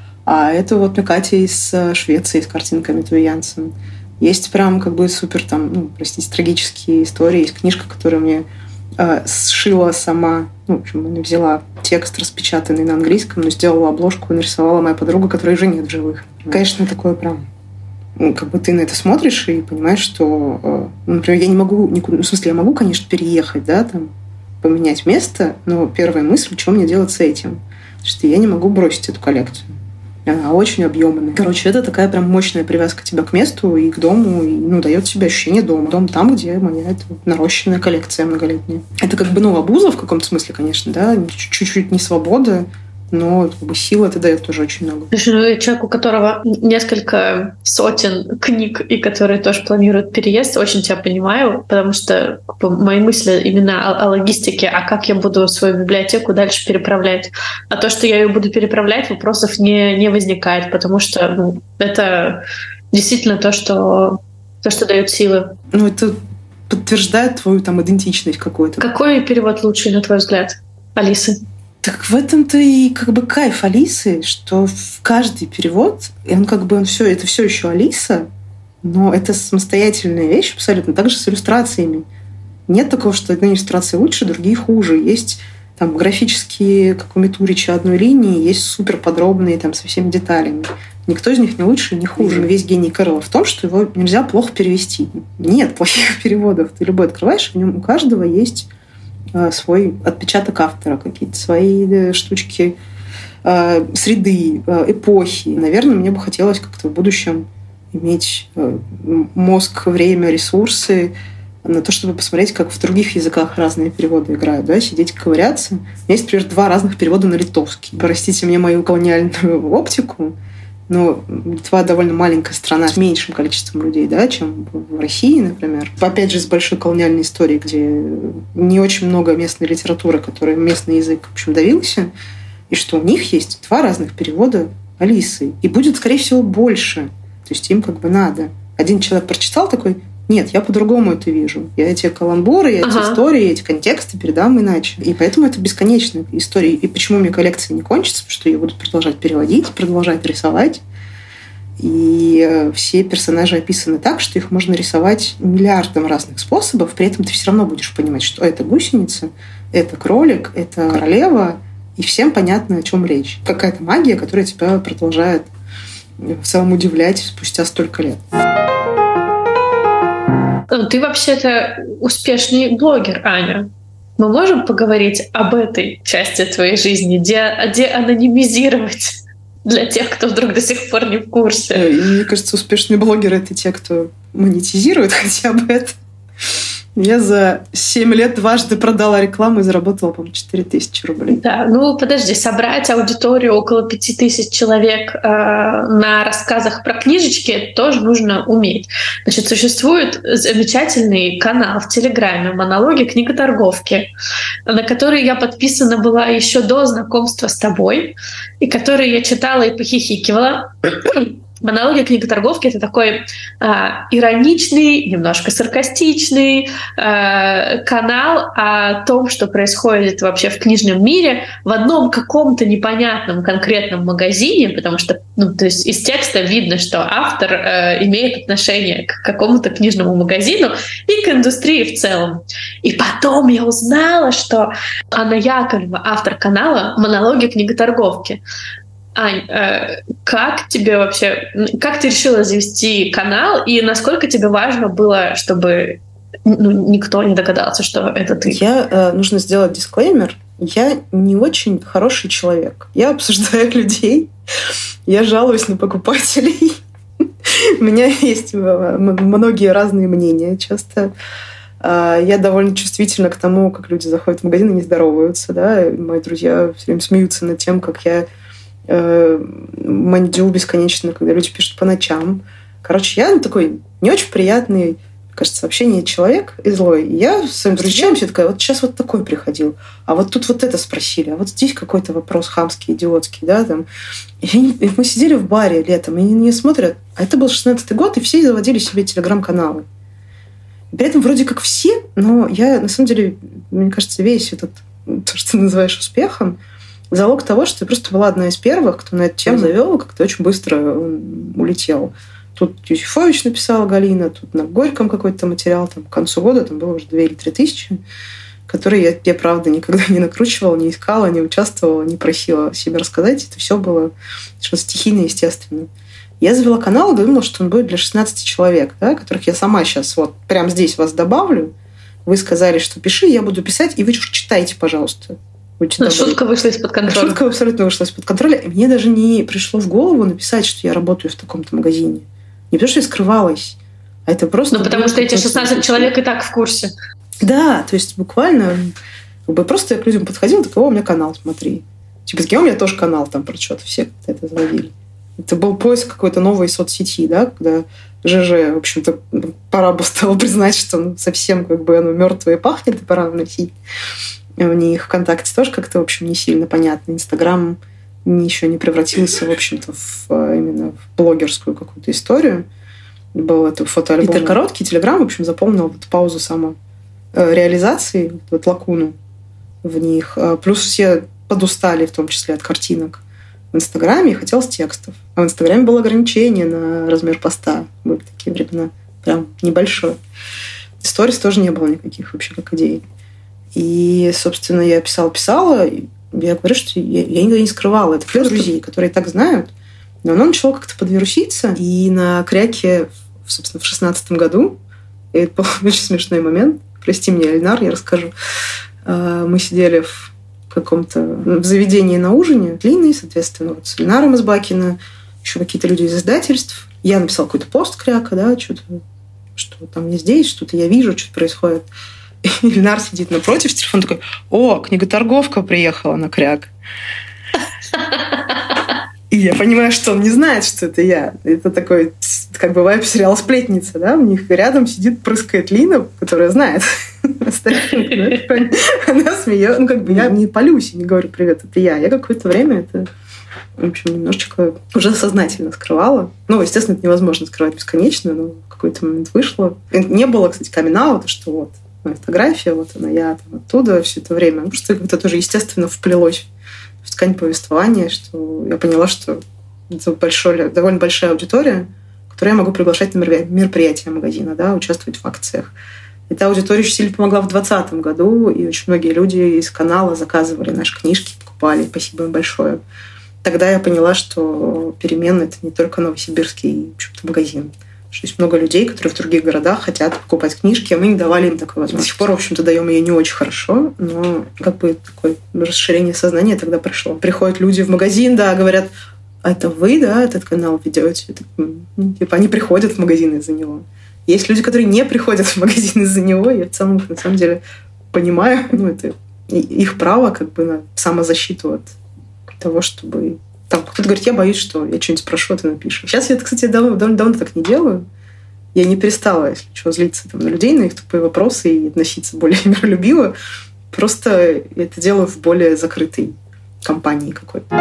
А это вот мне Катя из Швеции с картинками Туви Янсен. Есть прям как бы супер там, ну, простите, трагические истории. Есть книжка, которую мне э, сшила сама. Ну, в общем, она взяла текст, распечатанный на английском, но сделала обложку и нарисовала моя подруга, которой уже нет в живых. Конечно, такое прям... Ну, как бы ты на это смотришь и понимаешь, что... Э, например, я не могу... Никуда, ну, в смысле, я могу, конечно, переехать, да, там, поменять место, но первая мысль, что мне делать с этим? Потому что я не могу бросить эту коллекцию. Она очень объемная. Короче, это такая прям мощная привязка тебя к месту и к дому, и, ну, дает тебе ощущение дома. Дом там, где моя это нарощенная коллекция многолетняя. Это как бы, ну, обуза в каком-то смысле, конечно, да, чуть-чуть не свобода, но как бы сила это дает тоже очень много. Слушай, ну, человек, у которого несколько сотен книг и который тоже планирует переезд, очень тебя понимаю, потому что как бы, мои мысли именно о, о логистике, а как я буду свою библиотеку дальше переправлять. А то, что я ее буду переправлять, вопросов не, не возникает, потому что ну, это действительно то, что, то, что дает силы. Ну, это подтверждает твою там идентичность какую-то. Какой перевод лучший, на твой взгляд, Алисы? Так в этом-то и как бы кайф Алисы, что в каждый перевод, и он как бы он все, это все еще Алиса, но это самостоятельная вещь абсолютно. Так же с иллюстрациями. Нет такого, что одни иллюстрации лучше, другие хуже. Есть там графические, как у Митурича, одной линии, есть супер подробные там со всеми деталями. Никто из них не лучше, не хуже. Mm-hmm. Весь гений Кэрролла в том, что его нельзя плохо перевести. Нет плохих переводов. Ты любой открываешь, в нем у каждого есть свой отпечаток автора, какие-то свои штучки, э, среды, э, эпохи. Наверное, мне бы хотелось как-то в будущем иметь э, мозг, время, ресурсы на то, чтобы посмотреть, как в других языках разные переводы играют, да, сидеть ковыряться. У меня есть, например, два разных перевода на литовский. Простите мне мою колониальную оптику, но Литва довольно маленькая страна с меньшим количеством людей, да, чем в России, например. Опять же, с большой колониальной историей, где не очень много местной литературы, которой местный язык, в общем, давился, и что у них есть два разных перевода Алисы. И будет, скорее всего, больше. То есть им как бы надо. Один человек прочитал такой: нет, я по-другому это вижу. Я эти каламбуры, я ага. эти истории, эти контексты передам иначе. И поэтому это бесконечная история. И почему у меня коллекция не кончится? Потому что я буду продолжать переводить, продолжать рисовать. И все персонажи описаны так, что их можно рисовать миллиардом разных способов. При этом ты все равно будешь понимать, что это гусеница, это кролик, это королева. И всем понятно, о чем речь. Какая-то магия, которая тебя продолжает в целом удивлять спустя столько лет. Ты вообще-то успешный блогер, Аня. Мы можем поговорить об этой части твоей жизни, де, деанонимизировать для тех, кто вдруг до сих пор не в курсе? И, мне кажется, успешные блогеры — это те, кто монетизирует хотя бы это. Я за семь лет дважды продала рекламу и заработала, по-моему, четыре тысячи рублей. Да, ну подожди, собрать аудиторию около пяти тысяч человек э, на рассказах про книжечки тоже нужно уметь. Значит, существует замечательный канал в Телеграме «Монологи книготорговки», на который я подписана была еще до знакомства с тобой, и который я читала и похихикивала. «Монологи книготорговки» — это такой э, ироничный, немножко саркастичный э, канал о том, что происходит вообще в книжном мире в одном каком-то непонятном конкретном магазине, потому что, ну, то есть из текста видно, что автор э, имеет отношение к какому-то книжному магазину и к индустрии в целом. И потом я узнала, что Анна Яковлева, автор канала «Монологи книготорговки». Ань, э, как тебе вообще, как ты решила завести канал, и насколько тебе важно было, чтобы ну, никто не догадался, что это ты? Я, э, нужно сделать дисклеймер. Я не очень хороший человек. Я обсуждаю людей, я жалуюсь на покупателей. У меня есть многие разные мнения. Часто я довольно чувствительна к тому, как люди заходят в магазин и не здороваются. Да? Мои друзья все время смеются над тем, как я мандю бесконечно, когда люди пишут по ночам. Короче, я такой не очень приятный, кажется, общение человек и злой. И я с своими друзьями все такая, вот сейчас вот такой приходил, а вот тут вот это спросили, а вот здесь какой-то вопрос хамский, идиотский, да, там. И, и мы сидели в баре летом, и они мне смотрят, а это был шестнадцатый год, и все заводили себе телеграм-каналы. И при этом вроде как все, но я, на самом деле, мне кажется, весь этот, то, что ты называешь успехом, залог того, что я просто была одна из первых, кто на эту тему завел, как-то очень быстро улетел. Тут Юзефович написала Галина, тут на Горьком какой-то материал, там, к концу года там было уже две или три тысячи, которые я, я, правда, никогда не накручивала, не искала, не участвовала, не просила себе рассказать. Это все было что-то стихийно, естественно. Я завела канал и думала, что он будет для шестнадцати человек, да, которых я сама сейчас вот прямо здесь вас добавлю. Вы сказали, что пиши, я буду писать, и вы читайте, пожалуйста. Но шутка вышла из-под контроля. Шутка абсолютно вышла из-под контроля. И мне даже не пришло в голову написать, что я работаю в таком-то магазине. Не потому, что я скрывалась, а это просто... Ну, потому что эти шестнадцать человек и так в курсе. Да, то есть буквально как бы просто я к людям подходила, такой, о, у меня канал, смотри. Типа, такие, у меня тоже канал там про что-то, все это заводили. Это был поиск какой-то новой соцсети, да, когда ЖЖ, в общем-то, пора бы стало признать, что ну, совсем как бы оно мертвое пахнет, и пора вносить. У них ВКонтакте тоже как-то, в общем, не сильно понятно. Инстаграм еще не превратился, в общем-то, в, именно в блогерскую какую-то историю. Был это фотоальбом. Питер Короткий, Телеграм, в общем, запомнил вот паузу самореализации, вот лакуну в них. Плюс все подустали, в том числе от картинок в Инстаграме, и хотелось текстов. А в Инстаграме было ограничение на размер поста. Были такие времена. Прям небольшое. Сторис тоже не было никаких вообще как идей. И, собственно, я писала-писала, я говорю, что я, я никогда не скрывала. Это для друзей, которые так знают. Но оно начало как-то подвируситься. И на Кряке, собственно, в шестнадцатом году, и это был очень смешной момент, прости меня, Эльнар, я расскажу, мы сидели в каком-то в заведении на ужине, длинный, соответственно, вот с Эльнаром из Бакина, еще какие-то люди из издательств. Я написала какой-то пост Кряка, да, что-то, что там не здесь, что-то я вижу, что-то происходит. И Ильнар сидит напротив, телефон такой, о, книготорговка приехала на Кряк. И я понимаю, что он не знает, что это я. Это такой, как бы, вайб сериала «Сплетница», да? У них рядом сидит, прыскает Лина, которая знает. Она смеется. Ну, как бы, я не полюсь и не говорю, привет, это я. Я какое-то время это, в общем, немножечко уже сознательно скрывала. Ну, естественно, это невозможно скрывать бесконечно, но в какой-то момент вышло. Не было, кстати, камин-аута, что вот моя фотография, вот она, я там оттуда все это время. Просто как-то тоже естественно вплелось в ткань повествования, что я поняла, что это большой, довольно большая аудитория, которую я могу приглашать на мероприятия магазина, да, участвовать в акциях. Эта аудитория очень сильно помогла в двадцатом году, и очень многие люди из канала заказывали наши книжки, покупали. Спасибо им большое. Тогда я поняла, что «Перемены» — это не только новосибирский, в общем-то, магазин, Что есть много людей, которые в других городах хотят покупать книжки, а мы не давали им такой возможности. До сих пор, в общем-то, даем ее не очень хорошо, но как бы такое расширение сознания тогда пришло. Приходят люди в магазин, да, говорят, а это вы, да, этот канал ведете? Это, ну, типа они приходят в магазин из-за него. Есть люди, которые не приходят в магазин из-за него, я в целом, на самом деле, понимаю, ну, это их право как бы на самозащиту от того, чтобы... Там кто-то говорит, я боюсь, что я что-нибудь спрошу, а ты напишешь. Сейчас я, кстати, давно, давно, давно так не делаю. Я не перестала, если что, злиться там, на людей, на их тупые вопросы и относиться более миролюбиво. Просто я это делаю в более закрытой компании какой-то.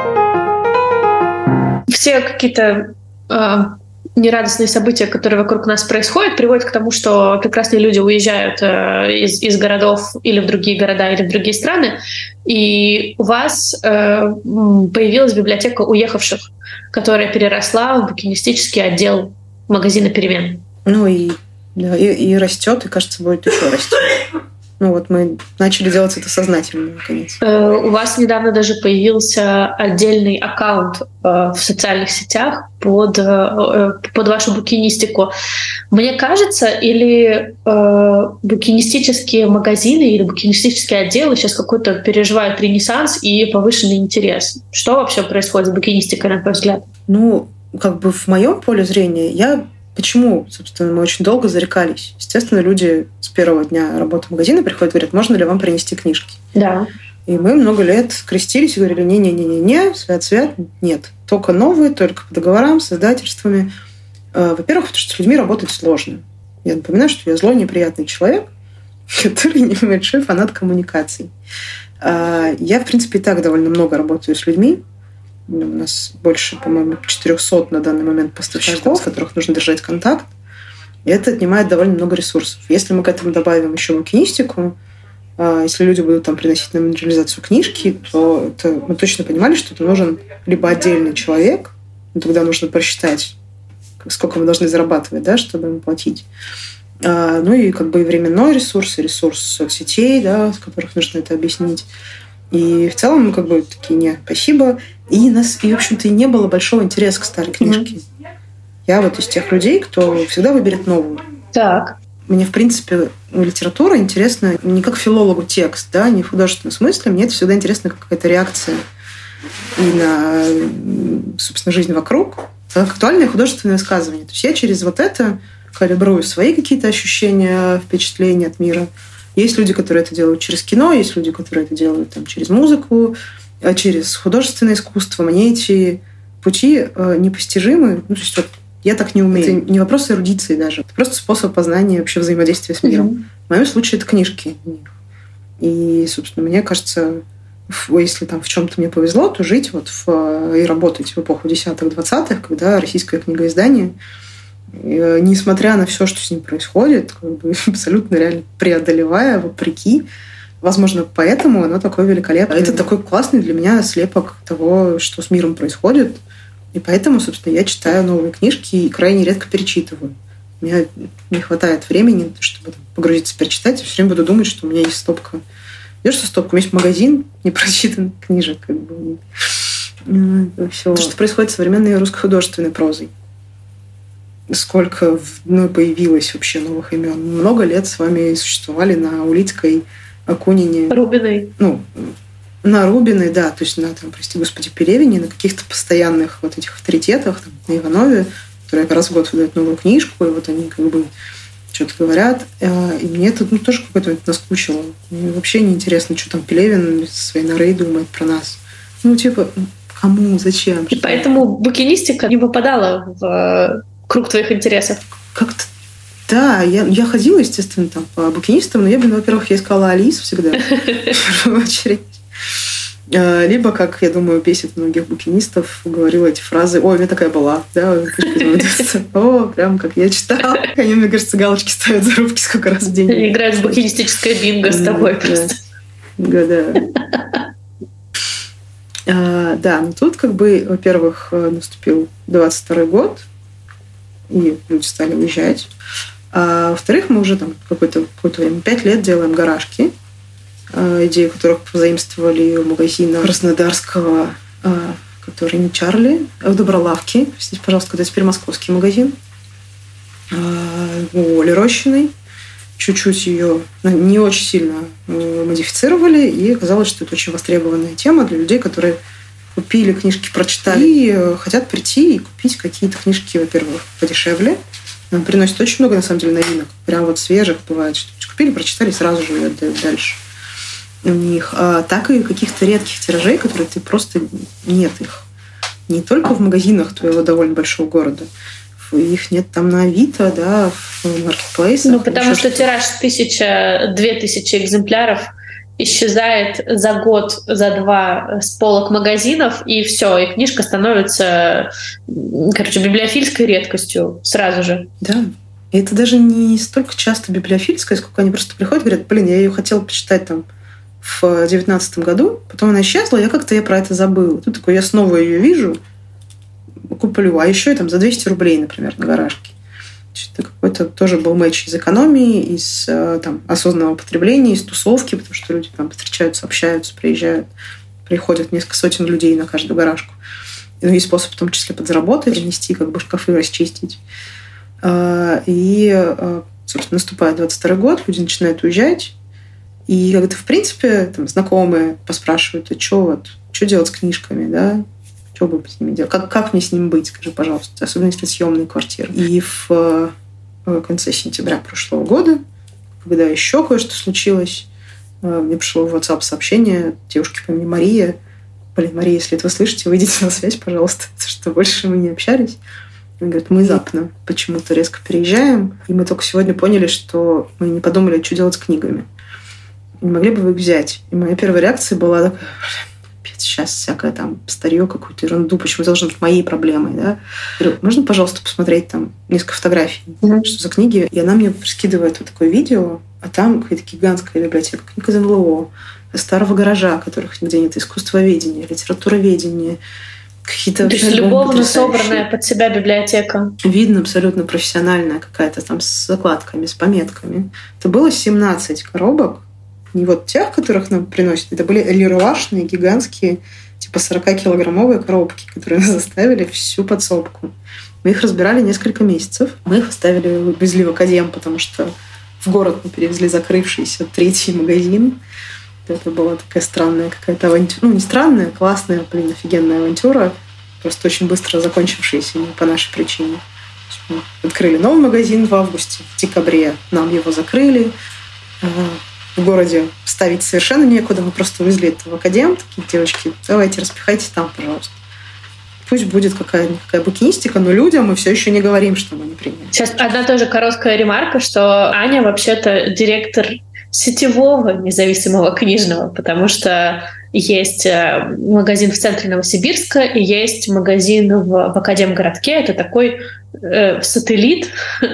Все какие-то э, нерадостные события, которые вокруг нас происходят, приводят к тому, что прекрасные люди уезжают э, из, из городов или в другие города, или в другие страны. И у вас э, появилась библиотека уехавших, которая переросла в букинистический отдел магазина «Перемен». Ну и, да, и, и растет, и, кажется, будет еще расти. Ну вот мы начали делать это сознательно, наконец. Э, у вас недавно даже появился отдельный аккаунт э, в социальных сетях под, э, под вашу букинистику. Мне кажется, или э, букинистические магазины или букинистические отделы сейчас какой-то переживают ренессанс и повышенный интерес. Что вообще происходит с букинистикой, на твой взгляд? Ну, как бы в моем поле зрения я... Почему, собственно, мы очень долго зарекались? Естественно, люди с первого дня работы магазина приходят и говорят, можно ли вам принести книжки? Да. И мы много лет крестились и говорили, не-не-не-не, свят-свят, нет. Только новые, только по договорам с издательствами. Во-первых, потому что с людьми работать сложно. Я напоминаю, что я злой, неприятный человек, который небольшой фанат коммуникаций. Я, в принципе, и так довольно много работаю с людьми. У нас больше, по-моему, четыреста на данный момент поставщиков, с которых нужно держать контакт. И это отнимает довольно много ресурсов. Если мы к этому добавим еще букинистику, если люди будут там приносить нам реализацию книжки, то это, мы точно понимали, что это нужен либо отдельный человек, но тогда нужно просчитать, сколько мы должны зарабатывать, да, чтобы ему платить. Ну и как бы и временной ресурс, и ресурс соцсетей, да, с которых нужно это объяснить. И в целом мы как бы такие, не, спасибо. И, нас, и в общем-то, и не было большого интереса к старой книжке. Mm-hmm. Я вот из тех людей, кто всегда выберет новую. Так. Мне, в принципе, литература интересна не как филологу текст, да, не в художественном смысле. Мне это всегда интересно как какая-то реакция и на, собственно, жизнь вокруг, как актуальное художественное высказывание. То есть я через вот это калибрую свои какие-то ощущения, впечатления от мира. Есть люди, которые это делают через кино, есть люди, которые это делают там, через музыку, через художественное искусство. Мне эти пути э, непостижимы. Ну, то есть вот я так не умею. Это не вопрос эрудиции даже. Это просто способ познания вообще взаимодействия с миром. Mm-hmm. В моем случае это книжки. И, собственно, мне кажется, если там в чем-то мне повезло, то жить вот в, и работать в эпоху десятых-двадцатых, когда российское книгоиздание, несмотря на все, что с ним происходит, как бы абсолютно реально преодолевая, вопреки, возможно, поэтому оно такое великолепное. Это такой классный для меня слепок того, что с миром происходит. И поэтому, собственно, я читаю новые книжки и крайне редко перечитываю. У меня не хватает времени, чтобы погрузиться, перечитать. Я все время буду думать, что у меня есть стопка. Видишь, что стопка? У меня есть магазин непрочитанных книжек. Как бы. Все. Что происходит с современной русскохудожественной прозой. Сколько ну, появилось вообще новых имен. Много лет с вами существовали на Улицкой, Акунине. Рубиной. Ну, на Рубиной, да. То есть на, там, прости господи, Пелевине, на каких-то постоянных вот этих авторитетах, там, на Иванове, которые раз в год выдают новую книжку, и вот они как бы что-то говорят. И мне это ну, тоже какое-то наскучило. Мне вообще неинтересно, что там Пелевин со своей норой думает про нас. Ну, типа, кому, зачем? И поэтому букинистика не попадала в круг твоих интересов. Как-то да, я, я ходила, естественно, там, по букинистам, но я, блин, во-первых, я искала Алис всегда, в первую очередь. Либо, как, я думаю, бесит многих букинистов, говорила эти фразы: «Ой, у меня такая была», да, «О, прям как я читала». Они, мне кажется, галочки ставят за рубки сколько раз в день. Играют в букинистическое бинго с тобой просто. Да. Да, но тут, как бы, во-первых, наступил двадцать второй год, и люди стали уезжать. А во-вторых, мы уже там какое-то, какое-то время, пять лет делаем гаражки, идеи которых позаимствовали у магазина краснодарского, который не Чарли, а в Добролавке. Простите, пожалуйста, это теперь московский магазин. у Оли Рощиной. Чуть-чуть ее не очень сильно модифицировали, и оказалось, что это очень востребованная тема для людей, которые купили книжки, прочитали и хотят прийти и купить какие-то книжки, во-первых, подешевле. Нам приносит очень много, на самом деле, новинок. Прям вот свежих бывает, что купили, прочитали, сразу же ее отдают дальше у них. А так и каких-то редких тиражей, которые ты просто... Нет их. Не только в магазинах твоего довольно большого города. Их нет там на Авито, да, в маркетплейсах. Ну, потому что тираж тысяча-две тысячи экземпляров исчезает за год, за два с полок магазинов, и все, и книжка становится, короче, библиофильской редкостью сразу же. Да. И это даже не столько часто библиофильская, сколько они просто приходят и говорят, блин, я ее хотела почитать там в девятнадцатом году, потом она исчезла, я как-то я про это забыла. Тут такой, я снова ее вижу, куплю, а еще и там за двести рублей, например, на гаражке. Это какой-то тоже был матч из экономии, из там, осознанного потребления, из тусовки, потому что люди там встречаются, общаются, приезжают, приходят несколько сотен людей на каждую гаражку. Ну, есть способ в том числе подзаработать, принести, как бы шкафы расчистить. И, собственно, наступает двадцать второй год, люди начинают уезжать, и когда, в принципе, там, знакомые поспрашивают, а что вот, что делать с книжками, да? Что бы с ними делать? Как, как мне с ними быть, скажи, пожалуйста, особенно если съемные квартиры. И в, в конце сентября прошлого года, когда еще кое-что случилось, мне пришло в WhatsApp сообщение девушки по имени Мария. Блин, Мария, если это вы слышите, выйдите на связь, пожалуйста, потому что больше мы не общались. Она говорит, мы внезапно почему-то резко переезжаем, и мы только сегодня поняли, что мы не подумали, что делать с книгами. Не могли бы вы их взять? И моя первая реакция была такая, сейчас всякое там старье, какую-то ерунду, почему это должно быть моей проблемой, да? Я говорю, можно, пожалуйста, посмотреть там несколько фотографий, mm-hmm. что за книги? И она мне скидывает вот такое видео, а там какая-то гигантская библиотека, книга из эн эл о, старого гаража, которых нигде нет, искусствоведения, литературоведения, какие-то... То есть любовно собранная под себя библиотека. Видно абсолютно профессиональная какая-то там с закладками, с пометками. Это было семнадцать коробок, не вот тех, которых нам приносят. Это были леруашные, гигантские, типа сорокакилограммовые коробки, которые нас заставили всю подсобку. Мы их разбирали несколько месяцев. Мы их оставили, везли в Академ, потому что в город мы перевезли закрывшийся третий магазин. Это была такая странная какая-то авантюра. Ну, не странная, классная, блин, офигенная авантюра. Просто очень быстро закончившаяся не по нашей причине. Мы открыли новый магазин в августе. В декабре нам его закрыли. В городе ставить совершенно некуда. Мы просто увезли это в Академ. Такие девочки, давайте распихайте там, пожалуйста. Пусть будет какая-никакая букинистика, но людям мы все еще не говорим, что мы не приняли. Сейчас одна тоже короткая ремарка, что Аня вообще-то директор сетевого независимого книжного, потому что есть магазин в центре Новосибирска и есть магазин в, в Академгородке. Это такой э, сателлит,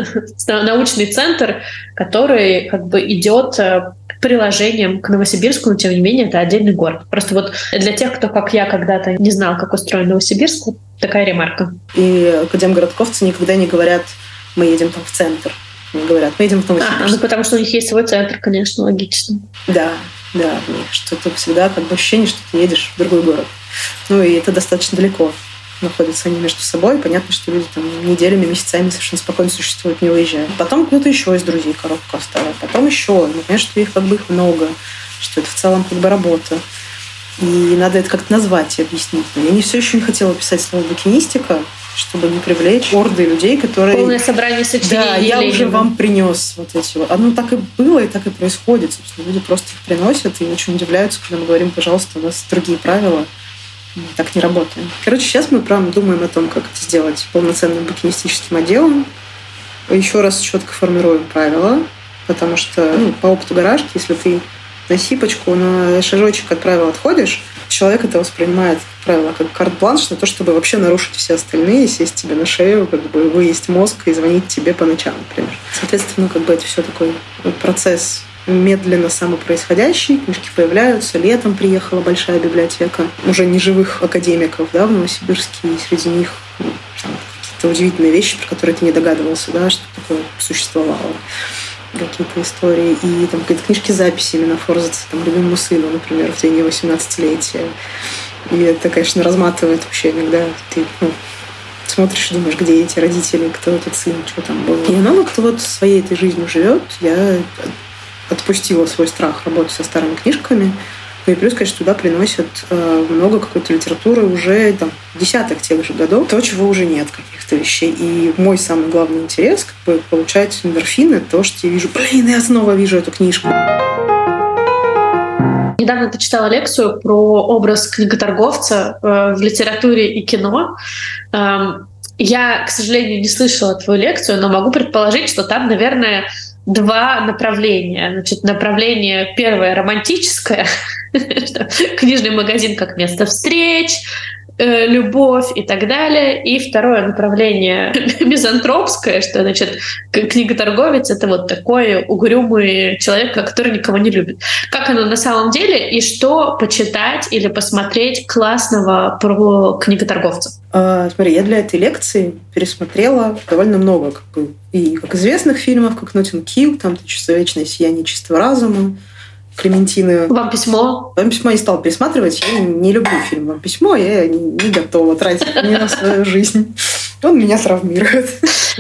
научный центр, который как бы идет приложением к Новосибирску, но тем не менее это отдельный город. Просто вот для тех, кто, как я, когда-то не знал, как устроен Новосибирск, такая ремарка. И академгородковцы никогда не говорят, мы едем там в центр. Они говорят, мы едем в Новосибирск. А, ну потому что у них есть свой центр, конечно, логично. Да, да, у них что-то всегда как бы ощущение, что ты едешь в другой город. Ну и это достаточно далеко. Находятся они между собой. Понятно, что люди там неделями, месяцами совершенно спокойно существуют, не уезжают. Потом кто-то еще из друзей коробку оставил. Потом еще. Ну, понятно, что их как бы их много. Что это в целом как бы работа. И надо это как-то назвать и объяснить. Но я не все еще не хотела писать слово «букинистика», чтобы не привлечь орды людей, которые... Полное собрание сочинений. Да, я уже вам принес вот эти вот. Оно так и было, и так и происходит. Собственно, люди просто их приносят и очень удивляются, когда мы говорим, пожалуйста, у нас другие правила. Мы так не работаем. Короче, сейчас мы прям думаем о том, как это сделать полноценным букинистическим отделом. Еще раз четко формируем правила, потому что ну, по опыту гаражки, если ты на сипочку, на шажочек от правил отходишь, человек это воспринимает, как правило, как карт-бланш на то, чтобы вообще нарушить все остальные, сесть тебе на шею, как бы выесть мозг и звонить тебе по ночам, например. Соответственно, как бы это все такой процесс медленно самопроисходящий. Книжки появляются. Летом приехала большая библиотека уже неживых академиков, да, в Новосибирске, и среди них ну, какие-то удивительные вещи, про которые ты не догадывался, да, что такое существовало. Какие-то истории. И там какие-то книжки с записями на форзаце, там, любимому сыну, например, в день его семнадцатилетия. И это, конечно, разматывает вообще, иногда ты ну, смотришь и думаешь, где эти родители, кто этот сын, что там было. И она как-то вот своей этой жизнью живет. Я отпустила свой страх работать со старыми книжками. И плюс, конечно, туда приносят э, много какой-то литературы уже там, десятых тех же годов. То, чего уже нет, каких-то вещей. И мой самый главный интерес как бы, получать эндорфины, то, что я вижу, блин, я снова вижу эту книжку. Недавно ты читала лекцию про образ книготорговца э, в литературе и кино. Эм, я, к сожалению, не слышала твою лекцию, но могу предположить, что там, наверное, два направления. Значит, направление первое — романтическое, книжный магазин как место встреч, э, любовь и так далее. И второе направление мизантропское, что, значит, книготорговец — это вот такой угрюмый человек, который никого не любит. Как оно на самом деле и что почитать или посмотреть классного про книготорговцев? А, смотри, я для этой лекции пересмотрела довольно много как бы, и как известных фильмов, как «Ноттинг Хилл», там «Вечное сияние чистого разума», Клементины. «Вам письмо». «Вам письмо» не стала пересматривать. Я не люблю фильм «Вам письмо». Я не, не готова тратить на свою жизнь. Он меня травмирует.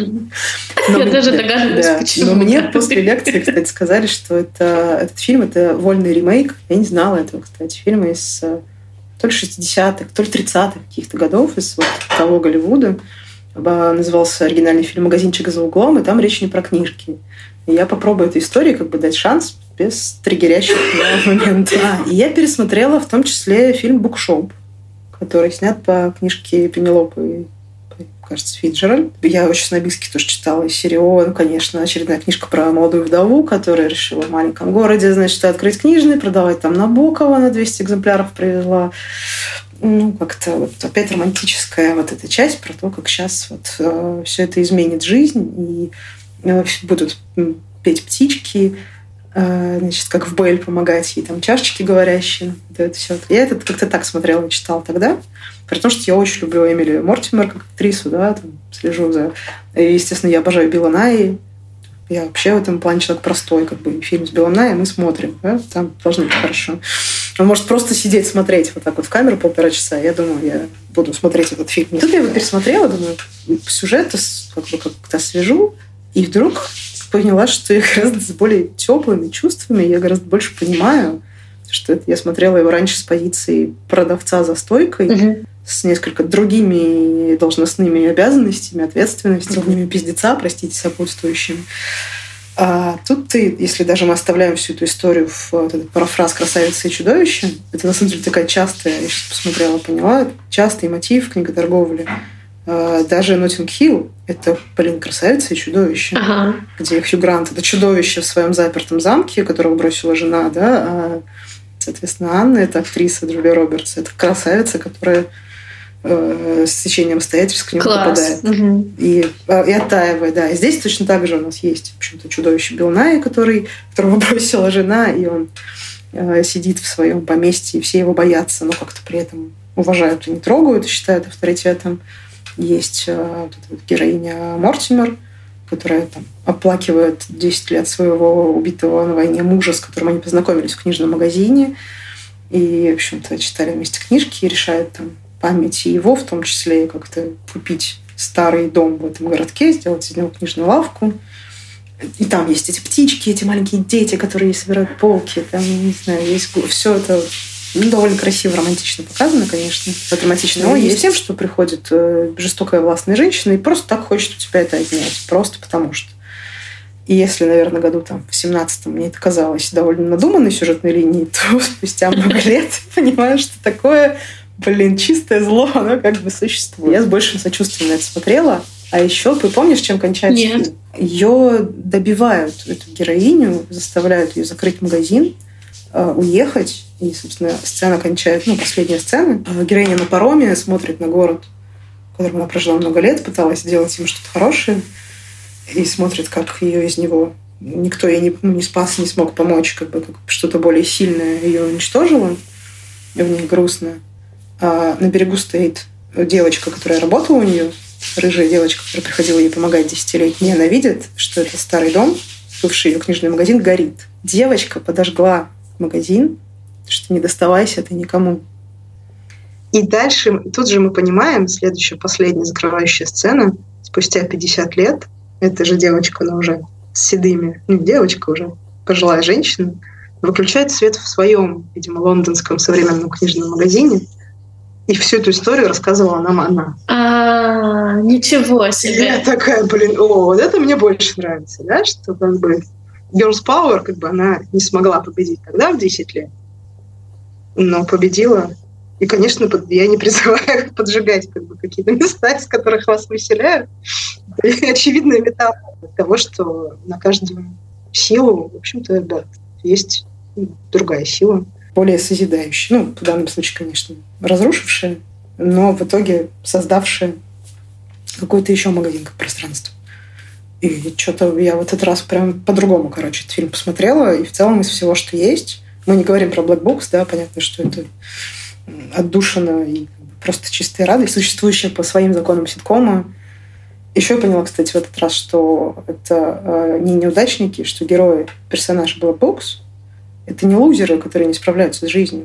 Я даже догадываюсь, почему. Но мне после лекции, кстати, сказали, что этот фильм — это вольный ремейк. Я не знала этого, кстати. Фильм из то ли шестидесятых, то ли тридцатых каких-то годов, из вот того Голливуда. Назывался оригинальный фильм «Магазинчик за углом», и там речь не про книжки. И я попробую этой истории как бы дать шанс без триггерящих моментов. А, и я пересмотрела в том числе фильм «Букшоп», который снят по книжке Пенелопы, кажется, Фицджеральд. Я очень снобистски тоже читала из серии, ну, конечно, очередная книжка про молодую вдову, которая решила в маленьком городе, значит, открыть книжный, продавать там Набокова, на двести экземпляров привезла. Ну, как-то вот опять романтическая вот эта часть про то, как сейчас вот э, все это изменит жизнь, и э, будут петь птички, э, значит, как в Белль помогать ей, там чашечки говорящие. Вот это все. Я это как-то так смотрела и читала тогда. При том, что я очень люблю Эмили Мортимер как актрису, да, там, слежу за... И, естественно, я обожаю Билла Найи. Я вообще в этом плане человек простой. Как бы фильм с Биллом Найи мы смотрим. Да? Там должно быть хорошо. Он может просто сидеть, смотреть вот так вот в камеру полтора часа. Я думаю, я буду смотреть этот фильм. И тут я его пересмотрела, думаю, сюжет как бы как-то свяжу. И вдруг поняла, что я гораздо с более теплыми чувствами, я гораздо больше понимаю, что это я смотрела его раньше с позиции продавца за стойкой, угу. с несколько другими должностными обязанностями, ответственностями, угу. пиздеца, простите, сопутствующими. А тут ты, если даже мы оставляем всю эту историю в вот этот парафраз «Красавица и чудовище», это на самом деле такая частая, я сейчас посмотрела, поняла, частый мотив книготорговли. Даже «Ноттинг Хилл» — это, блин, «Красавица и чудовище», ага. где Хью Грант — это чудовище в своем запертом замке, которого бросила жена, да, а, соответственно, Анна — это актриса Джулия Робертс, это красавица, которая э, с течением обстоятельств к нему Класс. попадает. Угу. И, и оттаивает, да. И здесь точно так же у нас есть, в общем-то, чудовище Билл Найи, который, которого бросила жена, и он э, сидит в своем поместье, и все его боятся, но как-то при этом уважают и не трогают, и считают авторитетом. Есть э, вот эта вот героиня Мортимер, которая там оплакивает десять лет своего убитого на войне мужа, с которым они познакомились в книжном магазине. И, в общем-то, читали вместе книжки и решают там память его, в том числе как-то купить старый дом в этом городке, сделать из него книжную лавку. И там есть эти птички, эти маленькие дети, которые собирают полки. Там, не знаю, есть все это... Ну, довольно красиво, романтично показано, конечно. Романтично. Но есть тем, что приходит э, жестокая властная женщина и просто так хочет у тебя это отнять. Просто потому что. И если, наверное, году там, в семнадцатом мне это казалось довольно надуманной сюжетной линией, то спустя много лет понимаю, что такое, блин, чистое зло, оно как бы существует. Я с большим сочувствием на это смотрела. А еще, ты помнишь, чем кончается Нет. фильм? Ее добивают, эту героиню, заставляют ее закрыть магазин, уехать. И, собственно, сцена кончает, ну, последняя сцена. Героиня на пароме смотрит на город, в котором она прожила много лет, пыталась сделать ему что-то хорошее, и смотрит, как ее из него никто ей не, ну, не спас, не смог помочь, как бы как что-то более сильное ее уничтожило, и в ней грустно. А на берегу стоит девочка, которая работала у нее, рыжая девочка, которая приходила ей помогать десятилетней. Она видит, что этот старый дом, бывший ее книжный магазин, горит. Девочка подожгла магазин, что не доставайся ты никому. И дальше тут же мы понимаем, следующая, последняя закрывающая сцена, спустя пятьдесят лет, эта же девочка, она уже с седыми, ну, девочка уже, пожилая женщина, выключает свет в своем, видимо, лондонском современном книжном магазине, и всю эту историю рассказывала нам она. А, ничего себе. Я такая, блин, о, вот это мне больше нравится, да, что как бы Girls Power, как бы она не смогла победить тогда, в десять лет, но победила. И, конечно, я не призываю поджигать как бы, какие-то места, из которых вас выселяют. Это очевидная метафора того, что на каждую силу, в общем-то, да, есть другая сила. Более созидающая. Ну, в данном случае, конечно, разрушившая, но в итоге создавшая какой-то еще магазин как пространство. И что-то я в этот раз прям по-другому, короче, этот фильм посмотрела. И в целом из всего, что есть, мы не говорим про Black Box, да, понятно, что это отдушина и просто чистая радость, существующая по своим законам ситкома. Еще я поняла, кстати, в этот раз, что это э, не неудачники, что герои, персонажи Black Box — это не лузеры, которые не справляются с жизнью.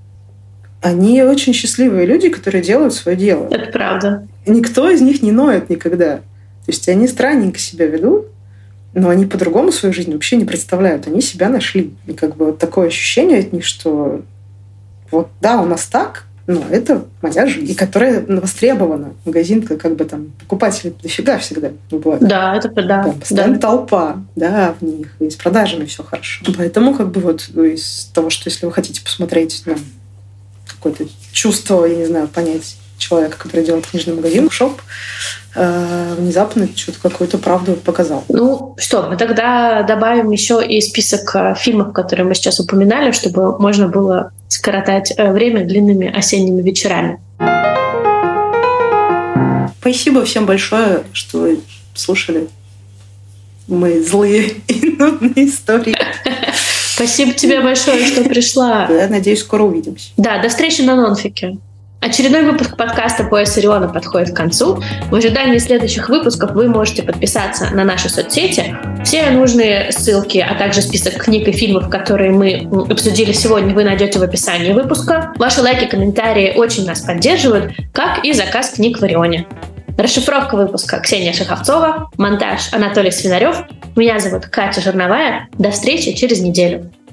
Они очень счастливые люди, которые делают свое дело. Это правда. Никто из них не ноет никогда. То есть они странненько себя ведут, но они по-другому свою жизнь вообще не представляют. Они себя нашли. И как бы вот такое ощущение от них, что вот да, у нас так, но это моя жизнь, и которая востребована. Магазин, как бы там покупателей дофига всегда бывает. Да, это да. Там постоянно да. толпа, да, в них, и с продажами все хорошо. Поэтому как бы вот из того, что если вы хотите посмотреть на какое-то чувство, я не знаю, понять человека, который делает книжный магазин, шоп, э, внезапно что-то какую-то правду показал. Ну что, мы тогда добавим еще и список фильмов, которые мы сейчас упоминали, чтобы можно было скоротать время длинными осенними вечерами. Спасибо всем большое, что вы слушали мои злые и нудные истории. Спасибо тебе большое, что пришла. Я надеюсь, скоро увидимся. Да, до встречи на Нонфике. Очередной выпуск подкаста «Пояс Ориона» подходит к концу. В ожидании следующих выпусков вы можете подписаться на наши соцсети. Все нужные ссылки, а также список книг и фильмов, которые мы обсудили сегодня, вы найдете в описании выпуска. Ваши лайки, комментарии очень нас поддерживают, как и заказ книг в Орионе. Расшифровка выпуска Ксения Шаховцова, монтаж Анатолий Свинарев. Меня зовут Катя Жирновая. До встречи через неделю.